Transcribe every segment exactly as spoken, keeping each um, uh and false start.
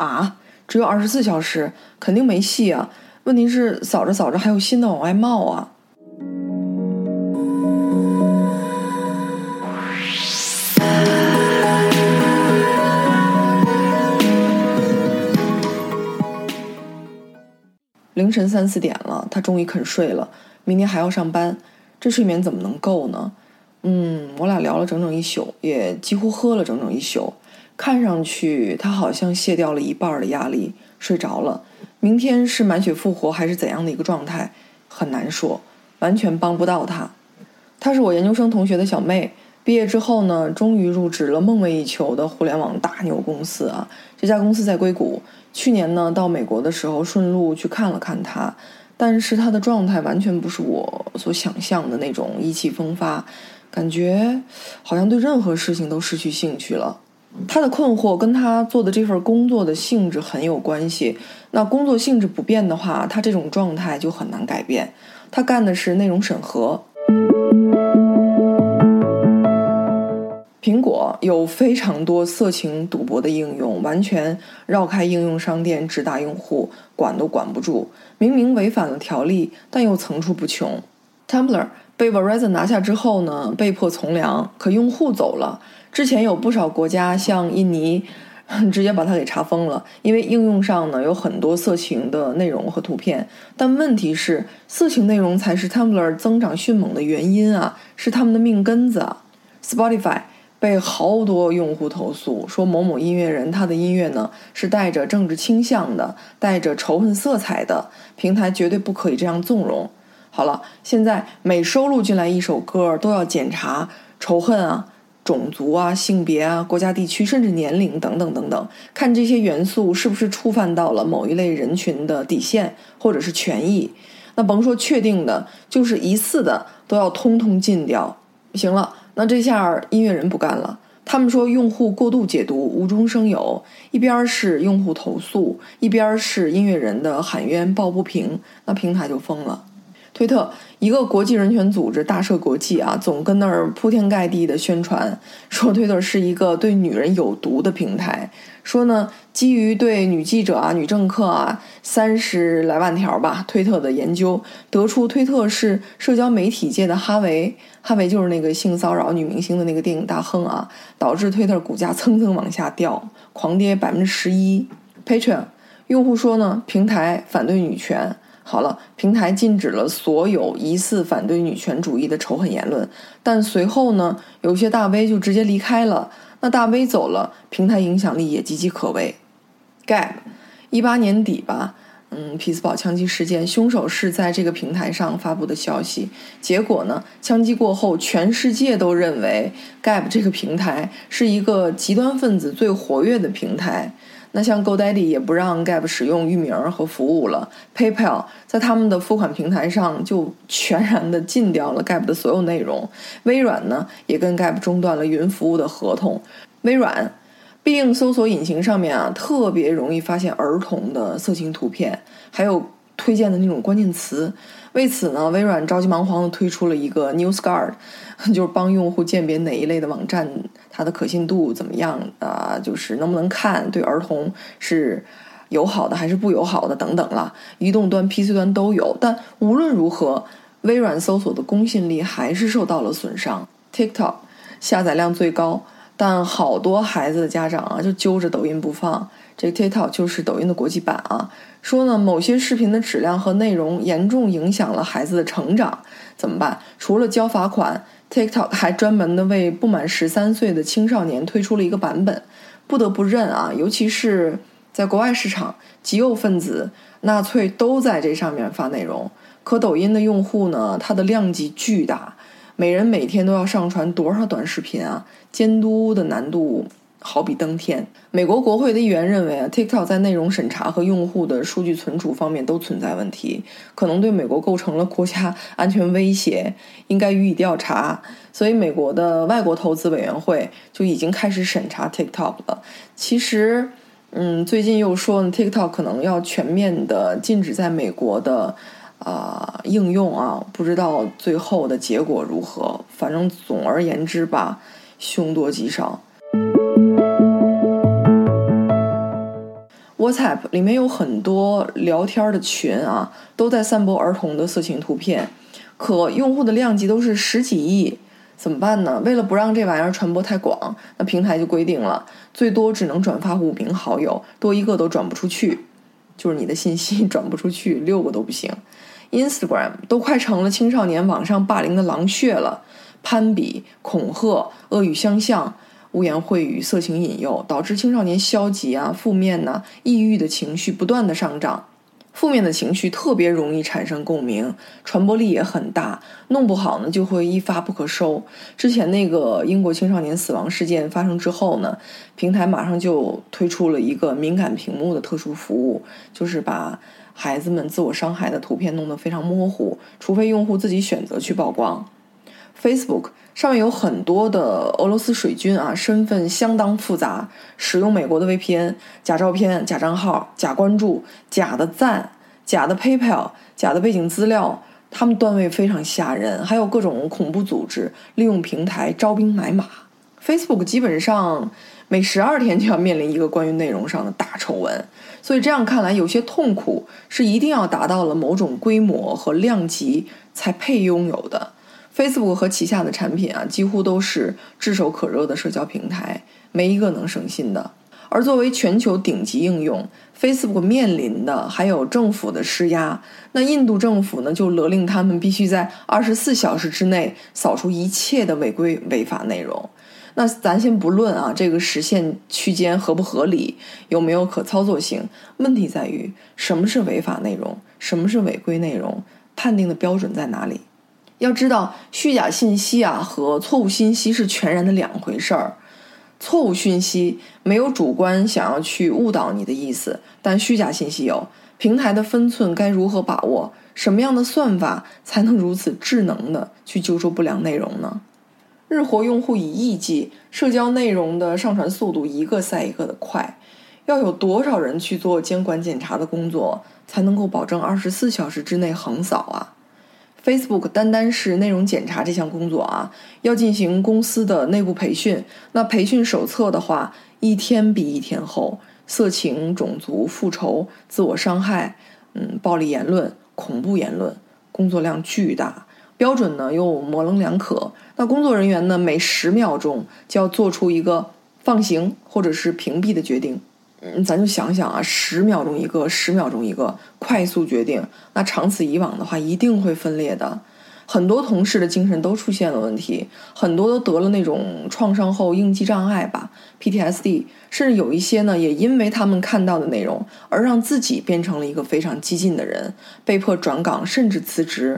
啊，只有二十四小时，肯定没戏啊。问题是扫着扫着还有新的往外冒啊。凌晨三四点了，他终于肯睡了，明天还要上班，这睡眠怎么能够呢？嗯，我俩聊了整整一宿，也几乎喝了整整一宿。看上去他好像卸掉了一半的压力，睡着了。明天是满血复活还是怎样的一个状态，很难说，完全帮不到他。她是我研究生同学的小妹，毕业之后呢，终于入职了梦寐以求的互联网大牛公司啊。这家公司在硅谷，去年呢到美国的时候顺路去看了看她，但是她的状态完全不是我所想象的那种意气风发，感觉好像对任何事情都失去兴趣了。他的困惑跟他做的这份工作的性质很有关系，那工作性质不变的话，他这种状态就很难改变。他干的是内容审核。苹果有非常多色情赌博的应用，完全绕开应用商店直达用户，管都管不住。明明违反了条例，但又层出不穷。Tumblr 被 Verizon 拿下之后呢，被迫从良，可用户走了。之前有不少国家像印尼直接把它给查封了，因为应用上呢有很多色情的内容和图片。但问题是，色情内容才是 Tumblr 增长迅猛的原因啊，是他们的命根子啊。Spotify 被好多用户投诉，说某某音乐人他的音乐呢是带着政治倾向的，带着仇恨色彩的，平台绝对不可以这样纵容。好了，现在每收录进来一首歌都要检查仇恨啊、种族啊、性别啊、国家地区甚至年龄等等等等，看这些元素是不是触犯到了某一类人群的底线或者是权益。那甭说确定的，就是疑似的都要通通禁掉。行了，那这下音乐人不干了，他们说用户过度解读，无中生有，一边是用户投诉，一边是音乐人的喊冤抱不平，那平台就疯了。推特一个国际人权组织大赦国际啊，总跟那儿铺天盖地的宣传，说推特是一个对女人有毒的平台，说呢基于对女记者啊、女政客啊三十来万条吧推特的研究，得出推特是社交媒体界的哈维，哈维就是那个性骚扰女明星的那个电影大亨啊，导致推特股价蹭蹭往下掉，狂跌百分之十一。Patreon 用户说呢，平台反对女权。好了，平台禁止了所有疑似反对女权主义的仇恨言论，但随后呢，有些大 V 就直接离开了。那大 V 走了，平台影响力也岌岌可危。Gab 一八年底吧，嗯，匹兹堡枪击事件，凶手是在这个平台上发布的消息。结果呢，枪击过后，全世界都认为 Gab 这个平台是一个极端分子最活跃的平台。那像 GoDaddy 也不让 Gab 使用域名和服务了， PayPal 在他们的付款平台上就全然的禁掉了 Gab 的所有内容。微软呢也跟 Gab 中断了云服务的合同。微软必应搜索引擎上面啊特别容易发现儿童的色情图片，还有推荐的那种关键词。为此呢，微软着急忙慌地推出了一个 NewsGuard， 就是帮用户鉴别哪一类的网站它的可信度怎么样啊、呃，就是能不能看，对儿童是友好的还是不友好的等等啦，移动端 P C 端都有。但无论如何，微软搜索的公信力还是受到了损伤。 TikTok 下载量最高，但好多孩子的家长啊就揪着抖音不放。这个 TikTok 就是抖音的国际版啊，说呢某些视频的质量和内容严重影响了孩子的成长，怎么办？除了交罚款， TikTok 还专门的为不满十三岁的青少年推出了一个版本。不得不认啊，尤其是在国外市场，极右分子、纳粹都在这上面发内容。可抖音的用户呢，它的量级巨大，每人每天都要上传多少短视频啊，监督的难度好比登天。美国国会的议员认为啊 TikTok 在内容审查和用户的数据存储方面都存在问题，可能对美国构成了国家安全威胁，应该予以调查。所以美国的外国投资委员会就已经开始审查 TikTok 了。其实嗯，最近又说呢 TikTok 可能要全面的禁止在美国的啊、呃、应用啊，不知道最后的结果如何。反正总而言之吧，凶多吉少。 WhatsApp 里面有很多聊天的群啊，都在散播儿童的色情图片，可用户的量级都是十几亿，怎么办呢？为了不让这玩意儿传播太广，那平台就规定了，最多只能转发五名好友，多一个都转不出去，就是你的信息转不出去，六个都不行。Instagram 都快成了青少年网上霸凌的狼穴了，攀比、恐吓、恶语相向、污言秽语、色情引诱，导致青少年消极啊、负面呐、啊、抑郁的情绪不断的上涨。负面的情绪特别容易产生共鸣，传播力也很大，弄不好呢就会一发不可收。之前那个英国青少年死亡事件发生之后呢，平台马上就推出了一个敏感屏幕的特殊服务，就是把孩子们自我伤害的图片弄得非常模糊，除非用户自己选择去曝光。Facebook 上面有很多的俄罗斯水军啊，身份相当复杂，使用美国的 V P N， 假照片、假账号、假关注、假的赞、假的 PayPal、假的背景资料，他们段位非常吓人，还有各种恐怖组织利用平台招兵买马。Facebook 基本上每十二天就要面临一个关于内容上的大丑闻，所以这样看来，有些痛苦是一定要达到了某种规模和量级才配拥有的。Facebook 和旗下的产品啊，几乎都是炙手可热的社交平台，没一个能省心的。而作为全球顶级应用， Facebook 面临的还有政府的施压。那印度政府呢，就勒令他们必须在二十四小时之内扫除一切的违规违法内容。那咱先不论啊，这个实现区间合不合理，有没有可操作性，问题在于什么是违法内容，什么是违规内容，判定的标准在哪里？要知道，虚假信息啊和错误信息是全然的两回事儿。错误信息没有主观想要去误导你的意思，但虚假信息有。平台的分寸该如何把握？什么样的算法才能如此智能的去揪出不良内容呢？日活用户以亿计，社交内容的上传速度一个赛一个的快，要有多少人去做监管检查的工作，才能够保证二十四小时之内横扫啊？Facebook 单单是内容检查这项工作啊，要进行公司的内部培训。那培训手册的话，一天比一天厚，色情、种族、复仇、自我伤害、嗯，暴力言论、恐怖言论，工作量巨大，标准呢又模棱两可。那工作人员呢，每十秒钟就要做出一个放行或者是屏蔽的决定。嗯，咱就想想啊，十秒钟一个，十秒钟一个，快速决定，那长此以往的话，一定会分裂的。很多同事的精神都出现了问题，很多都得了那种创伤后应激障碍吧 P T S D， 甚至有一些呢，也因为他们看到的内容而让自己变成了一个非常激进的人，被迫转岗甚至辞职。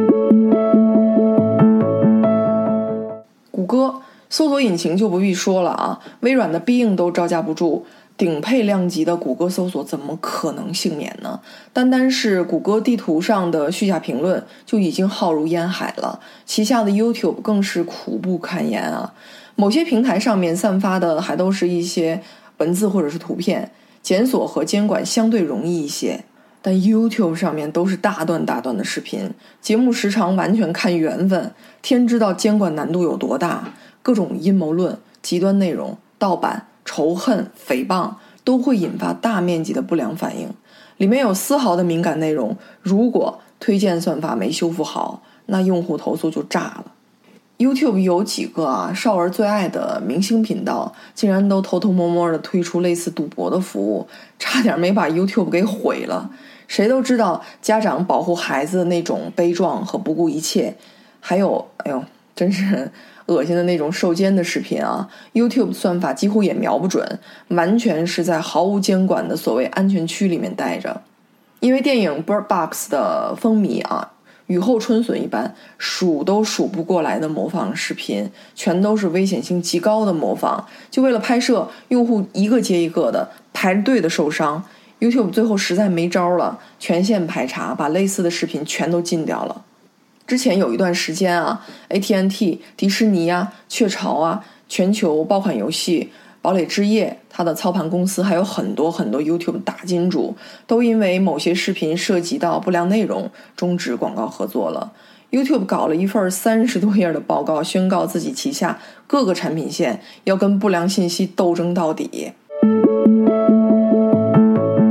谷歌搜索引擎就不必说了啊，微软的 Bing 都招架不住，顶配量级的谷歌搜索怎么可能幸免呢？单单是谷歌地图上的虚假评论就已经浩如烟海了，旗下的 YouTube 更是苦不堪言啊。某些平台上面散发的还都是一些文字或者是图片，检索和监管相对容易一些，但 YouTube 上面都是大段大段的视频，节目时长完全看缘分，天知道监管难度有多大，各种阴谋论、极端内容、盗版、仇恨、诽谤都会引发大面积的不良反应。里面有丝毫的敏感内容，如果推荐算法没修复好，那用户投诉就炸了。YouTube 有几个啊少儿最爱的明星频道，竟然都偷偷摸摸的推出类似赌博的服务，差点没把 YouTube 给毁了。谁都知道家长保护孩子的那种悲壮和不顾一切，还有哎呦真是恶心的那种受奸的视频啊 YouTube 算法几乎也瞄不准，完全是在毫无监管的所谓安全区里面待着。因为电影 Bird Box 的风靡啊，雨后春笋一般，数都数不过来的模仿视频，全都是危险性极高的模仿，就为了拍摄，用户一个接一个的排着队的受伤。YouTube 最后实在没招了，全线排查，把类似的视频全都禁掉了。之前有一段时间啊 A T and T、 迪士尼啊、雀巢啊、全球爆款游戏堡垒之夜，它的操盘公司还有很多很多 YouTube 大金主都因为某些视频涉及到不良内容终止广告合作了。 YouTube 搞了一份三十多页的报告，宣告自己旗下各个产品线要跟不良信息斗争到底。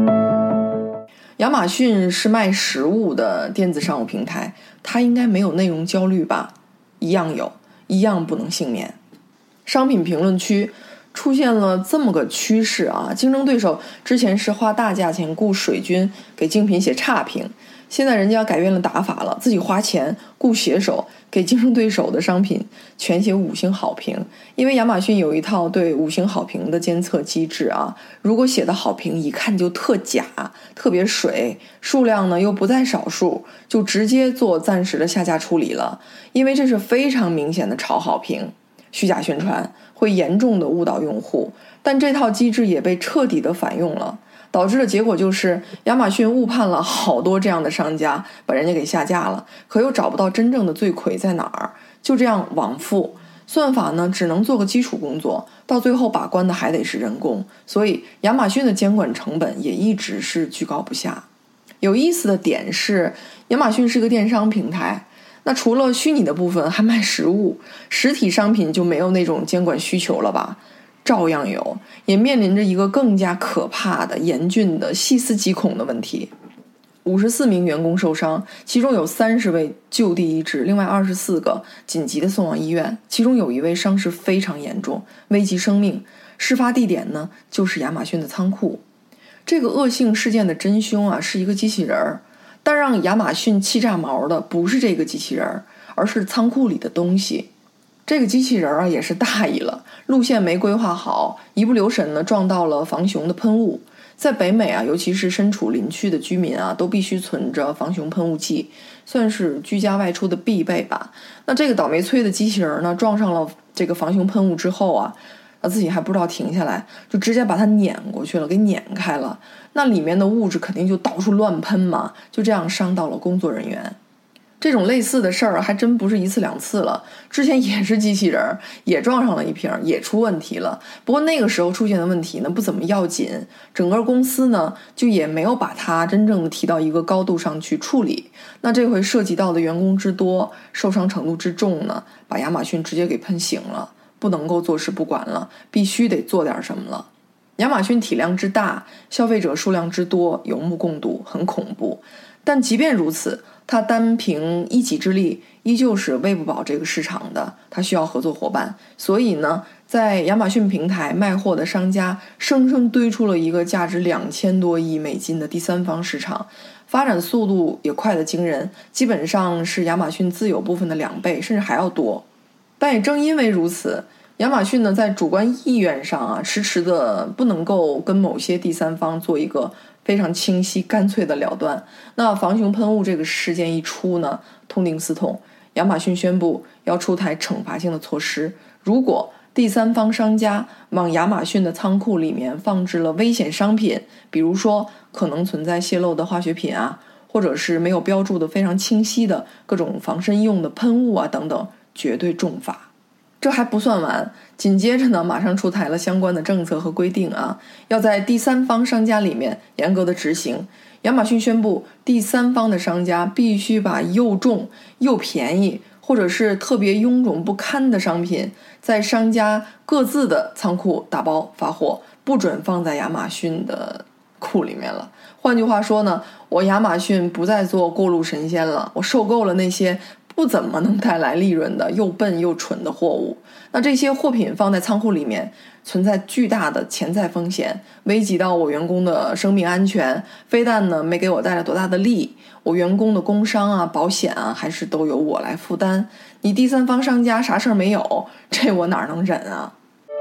亚马逊是卖食物的电子商务平台，它应该没有内容焦虑吧？一样有，一样不能幸免。商品评论区出现了这么个趋势啊，竞争对手之前是花大价钱雇水军给竞品写差评，现在人家改变了打法了，自己花钱雇写手给竞争对手的商品全写五星好评。因为亚马逊有一套对五星好评的监测机制啊，如果写的好评一看就特假特别水，数量呢又不在少数，就直接做暂时的下架处理了。因为这是非常明显的炒好评、虚假宣传，会严重的误导用户。但这套机制也被彻底的反用了，导致的结果就是亚马逊误判了好多这样的商家，把人家给下架了，可又找不到真正的罪魁在哪儿，就这样往复。算法呢只能做个基础工作，到最后把关的还得是人工，所以亚马逊的监管成本也一直是居高不下。有意思的点是，亚马逊是个电商平台，那除了虚拟的部分还卖实物，实体商品就没有那种监管需求了吧？照样有，也面临着一个更加可怕的、严峻的、细思极恐的问题。五十四名员工受伤，其中有三十位就地医治，另外二十四个紧急的送往医院，其中有一位伤势非常严重，危及生命。事发地点呢，就是亚马逊的仓库。这个恶性事件的真凶啊，是一个机器人儿，但让亚马逊气炸毛的不是这个机器人儿，而是仓库里的东西。这个机器人啊也是大意了，路线没规划好，一不留神呢撞到了防熊的喷雾。在北美啊，尤其是身处林区的居民啊，都必须存着防熊喷雾剂，算是居家外出的必备吧。那这个倒霉催的机器人呢，撞上了这个防熊喷雾之后啊，他自己还不知道停下来，就直接把它碾过去了，给碾开了。那里面的物质肯定就到处乱喷嘛，就这样伤到了工作人员。这种类似的事儿还真不是一次两次了，之前也是机器人也撞上了一瓶，也出问题了。不过那个时候出现的问题呢不怎么要紧，整个公司呢就也没有把它真正的提到一个高度上去处理。那这回涉及到的员工之多，受伤程度之重呢，把亚马逊直接给喷醒了，不能够坐视不管了，必须得做点什么了。亚马逊体量之大，消费者数量之多，有目共睹，很恐怖。但即便如此，它单凭一己之力依旧是喂不饱这个市场的，它需要合作伙伴。所以呢，在亚马逊平台卖货的商家生生堆出了一个价值两千多亿美金的第三方市场，发展速度也快得惊人，基本上是亚马逊自有部分的两倍，甚至还要多。但也正因为如此，亚马逊呢在主观意愿上啊，迟迟的不能够跟某些第三方做一个非常清晰干脆的了断。那防熊喷雾这个事件一出呢，痛定思痛，亚马逊宣布要出台惩罚性的措施。如果第三方商家往亚马逊的仓库里面放置了危险商品，比如说可能存在泄漏的化学品啊，或者是没有标注的非常清晰的各种防身用的喷雾啊等等，绝对重罚。这还不算完，紧接着呢，马上出台了相关的政策和规定啊，要在第三方商家里面严格的执行。亚马逊宣布，第三方的商家必须把又重又便宜，或者是特别臃肿不堪的商品，在商家各自的仓库打包发货，不准放在亚马逊的库里面了。换句话说呢，我亚马逊不再做过路神仙了，我受够了那些不怎么能带来利润的又笨又蠢的货物。那这些货品放在仓库里面存在巨大的潜在风险，危及到我员工的生命安全，非但呢没给我带来多大的利，我员工的工伤啊保险啊还是都由我来负担。你第三方商家啥事儿没有，这我哪能忍啊。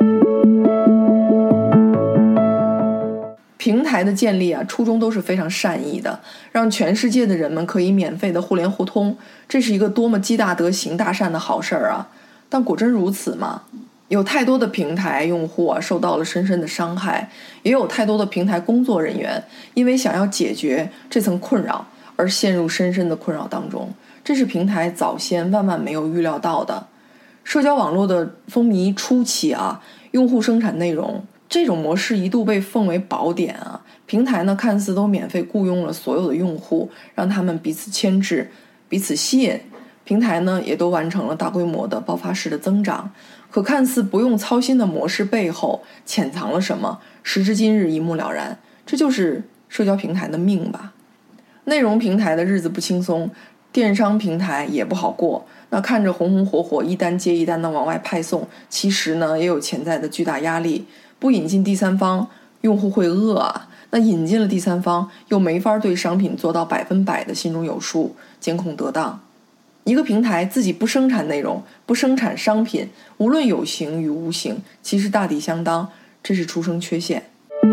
平台的建立啊，初衷都是非常善意的，让全世界的人们可以免费的互联互通，这是一个多么积大德行大善的好事儿啊！但果真如此吗？有太多的平台用户啊受到了深深的伤害，也有太多的平台工作人员因为想要解决这层困扰而陷入深深的困扰当中，这是平台早先万万没有预料到的。社交网络的风靡初期啊，用户生产内容这种模式一度被奉为宝典啊，平台呢看似都免费雇佣了所有的用户，让他们彼此牵制，彼此吸引，平台呢也都完成了大规模的爆发式的增长。可看似不用操心的模式背后潜藏了什么，时至今日一目了然，这就是社交平台的命吧。 内容平台的日子不轻松，电商平台也不好过。那看着红红火火一单接一单的往外派送，其实呢也有潜在的巨大压力。不引进第三方，用户会饿啊。那引进了第三方，又没法对商品做到百分百的心中有数，监控得当。一个平台自己不生产内容，不生产商品，无论有形与无形，其实大抵相当，这是出生缺陷。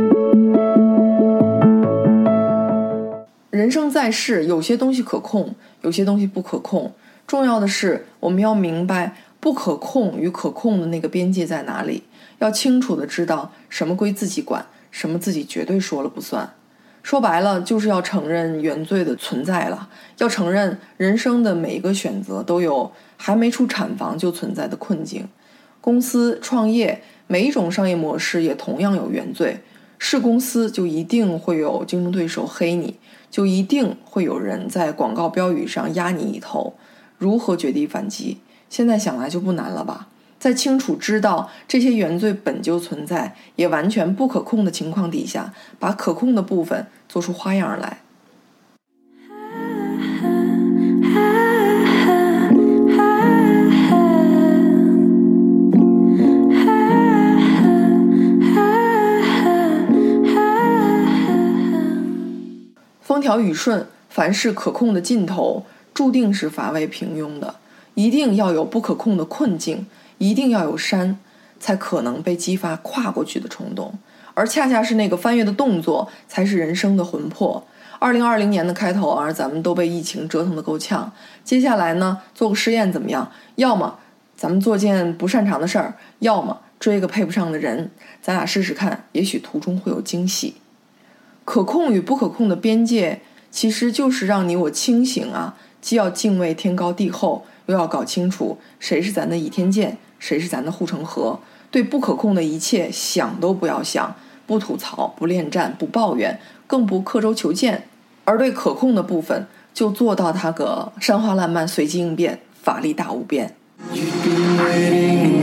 人生在世，有些东西可控，有些东西不可控。重要的是，我们要明白不可控与可控的那个边界在哪里，要清楚地知道什么归自己管，什么自己绝对说了不算。说白了，就是要承认原罪的存在了，要承认人生的每一个选择都有还没出产房就存在的困境。公司创业，每一种商业模式也同样有原罪。是公司就一定会有竞争对手黑你，就一定会有人在广告标语上压你一头。如何绝地反击？现在想来就不难了吧？在清楚知道这些原罪本就存在，也完全不可控的情况底下，把可控的部分做出花样来。风调雨顺，凡是可控的尽头，注定是乏味平庸的。一定要有不可控的困境，一定要有山，才可能被激发跨过去的冲动。而恰恰是那个翻越的动作，才是人生的魂魄。二零二零年的开头啊，咱们都被疫情折腾得够呛。接下来呢，做个实验怎么样？要么咱们做件不擅长的事儿，要么追个配不上的人。咱俩试试看，也许途中会有惊喜。可控与不可控的边界，其实就是让你我清醒啊，既要敬畏天高地厚，又要搞清楚谁是咱的倚天剑，谁是咱的护城河。对不可控的一切想都不要想，不吐槽，不恋战，不抱怨，更不刻舟求剑。而对可控的部分，就做到它个山花烂漫，随机应变，法力大无边。You've been waiting